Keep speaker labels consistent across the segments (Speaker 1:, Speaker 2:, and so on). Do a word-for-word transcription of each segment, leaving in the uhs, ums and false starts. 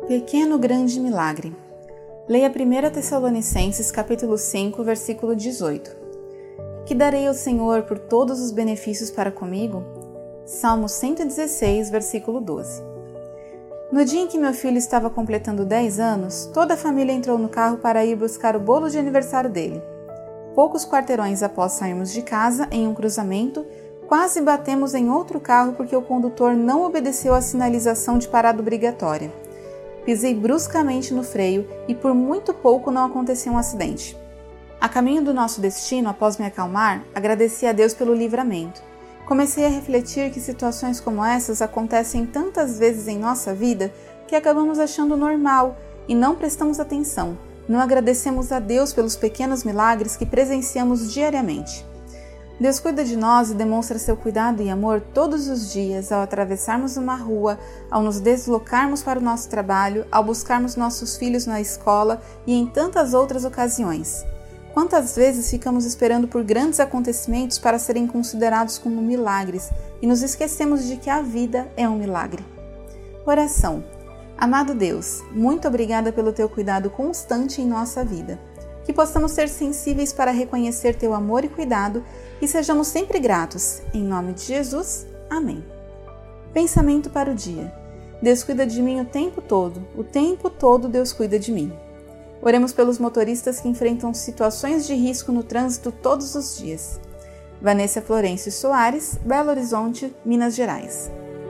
Speaker 1: Pequeno grande milagre. Leia primeira Tessalonicenses capítulo cinco, versículo dezoito. Que darei ao Senhor por todos os benefícios para comigo? Salmo cento e dezesseis, versículo doze. No dia em que meu filho estava completando dez anos, toda a família entrou no carro para ir buscar o bolo de aniversário dele. Poucos quarteirões após sairmos de casa, em um cruzamento, quase batemos em outro carro porque o condutor não obedeceu à sinalização de parada obrigatória. Pisei bruscamente no freio e por muito pouco não aconteceu um acidente. A caminho do nosso destino, após me acalmar, agradeci a Deus pelo livramento. Comecei a refletir que situações como essas acontecem tantas vezes em nossa vida que acabamos achando normal e não prestamos atenção, não agradecemos a Deus pelos pequenos milagres que presenciamos diariamente. Deus cuida de nós e demonstra seu cuidado e amor todos os dias ao atravessarmos uma rua, ao nos deslocarmos para o nosso trabalho, ao buscarmos nossos filhos na escola e em tantas outras ocasiões. Quantas vezes ficamos esperando por grandes acontecimentos para serem considerados como milagres e nos esquecemos de que a vida é um milagre. Oração. Amado Deus, muito obrigada pelo teu cuidado constante em nossa vida. Que possamos ser sensíveis para reconhecer teu amor e cuidado e sejamos sempre gratos. Em nome de Jesus, amém. Pensamento para o dia. Deus cuida de mim o tempo todo, o tempo todo Deus cuida de mim. Oremos pelos motoristas que enfrentam situações de risco no trânsito todos os dias. Vanessa Florencio Soares, Belo Horizonte, Minas Gerais.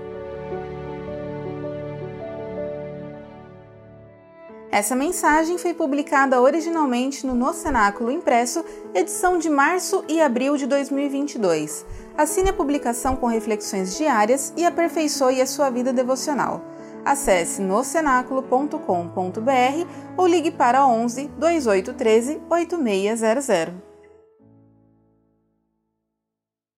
Speaker 1: Essa mensagem foi publicada originalmente no No Cenáculo Impresso, edição de março e abril de dois mil e vinte e dois. Assine a publicação com reflexões diárias e aperfeiçoe a sua vida devocional. Acesse no cenáculo ponto com ponto br ou ligue para onze, dois oito um três, oito seis zero zero.